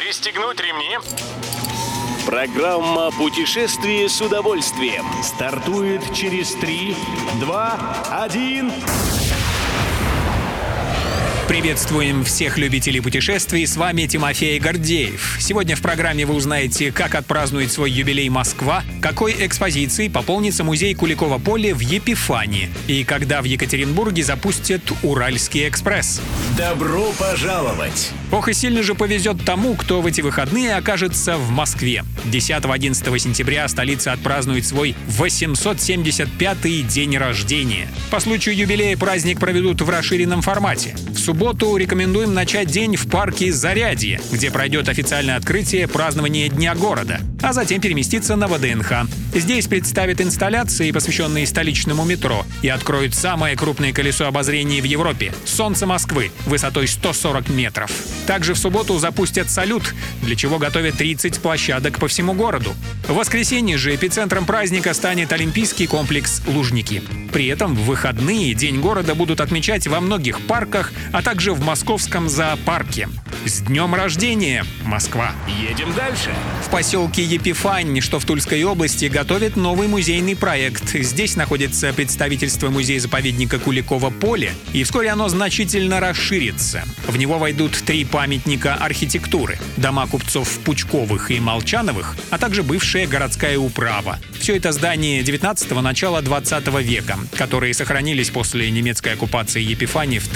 Пристегнуть ремни. Программа «Путешествие с удовольствием» стартует через 3, 2, 1... Приветствуем всех любителей путешествий, с вами Тимофей Гордеев. Сегодня в программе вы узнаете, как отпразднует свой юбилей Москва, какой экспозицией пополнится музей Куликово поле в Епифании и когда в Екатеринбурге запустят Уральский экспресс. Добро пожаловать! Ох и сильно же повезет тому, кто в эти выходные окажется в Москве. 10-11 сентября столица отпразднует свой 875-й день рождения. По случаю юбилея праздник проведут в расширенном формате. В субботу рекомендуем начать день в парке Зарядье, где пройдет официальное открытие празднования Дня города, а затем переместиться на ВДНХ. Здесь представят инсталляции, посвященные столичному метро, и откроют самое крупное колесо обозрения в Европе — «Солнце Москвы» высотой 140 метров. Также в субботу запустят салют, для чего готовят 30 площадок по всему городу. В воскресенье же эпицентром праздника станет Олимпийский комплекс «Лужники». При этом в выходные День города будут отмечать во многих парках, а также в московском зоопарке. С днем рождения, Москва! Едем дальше. В поселке Епифань, что в Тульской области, готовят новый музейный проект. Здесь находится представительство музея-заповедника Куликово поле, и вскоре оно значительно расширится. В него войдут 3 памятника архитектуры: дома купцов Пучковых и Молчановых, а также бывшая городская управа. Все это здания 19-го, начала 20 века, которые сохранились после немецкой оккупации Епифании в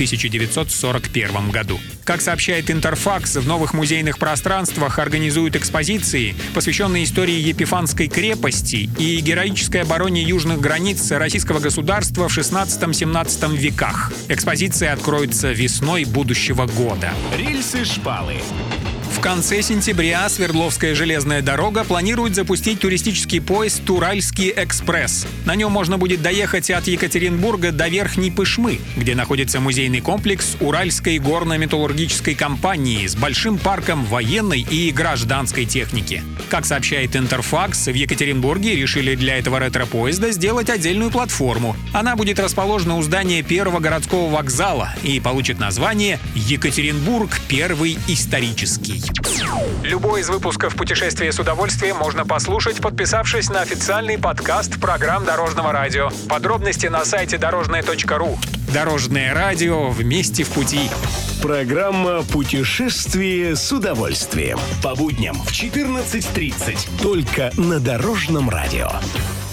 1941 году. Как сообщает Интерфакс, в новых музейных пространствах организуют экспозиции, посвященные истории Епифанской крепости и героической обороне южных границ российского государства в 16-17 веках. Экспозиции откроются весной будущего года. Рельсы-шпалы. В конце сентября Свердловская железная дорога планирует запустить туристический поезд «Уральский экспресс». На нем можно будет доехать от Екатеринбурга до Верхней Пышмы, где находится музейный комплекс Уральской горно-металлургической компании с большим парком военной и гражданской техники. Как сообщает Интерфакс, в Екатеринбурге решили для этого ретро-поезда сделать отдельную платформу. Она будет расположена у здания первого городского вокзала и получит название «Екатеринбург первый исторический». Любой из выпусков «Путешествия с удовольствием» можно послушать, подписавшись на официальный подкаст программ Дорожного радио. Подробности на сайте дорожное.ру. Дорожное радио, вместе в пути. Программа «Путешествие с удовольствием». По будням в 14:30. Только на Дорожном радио.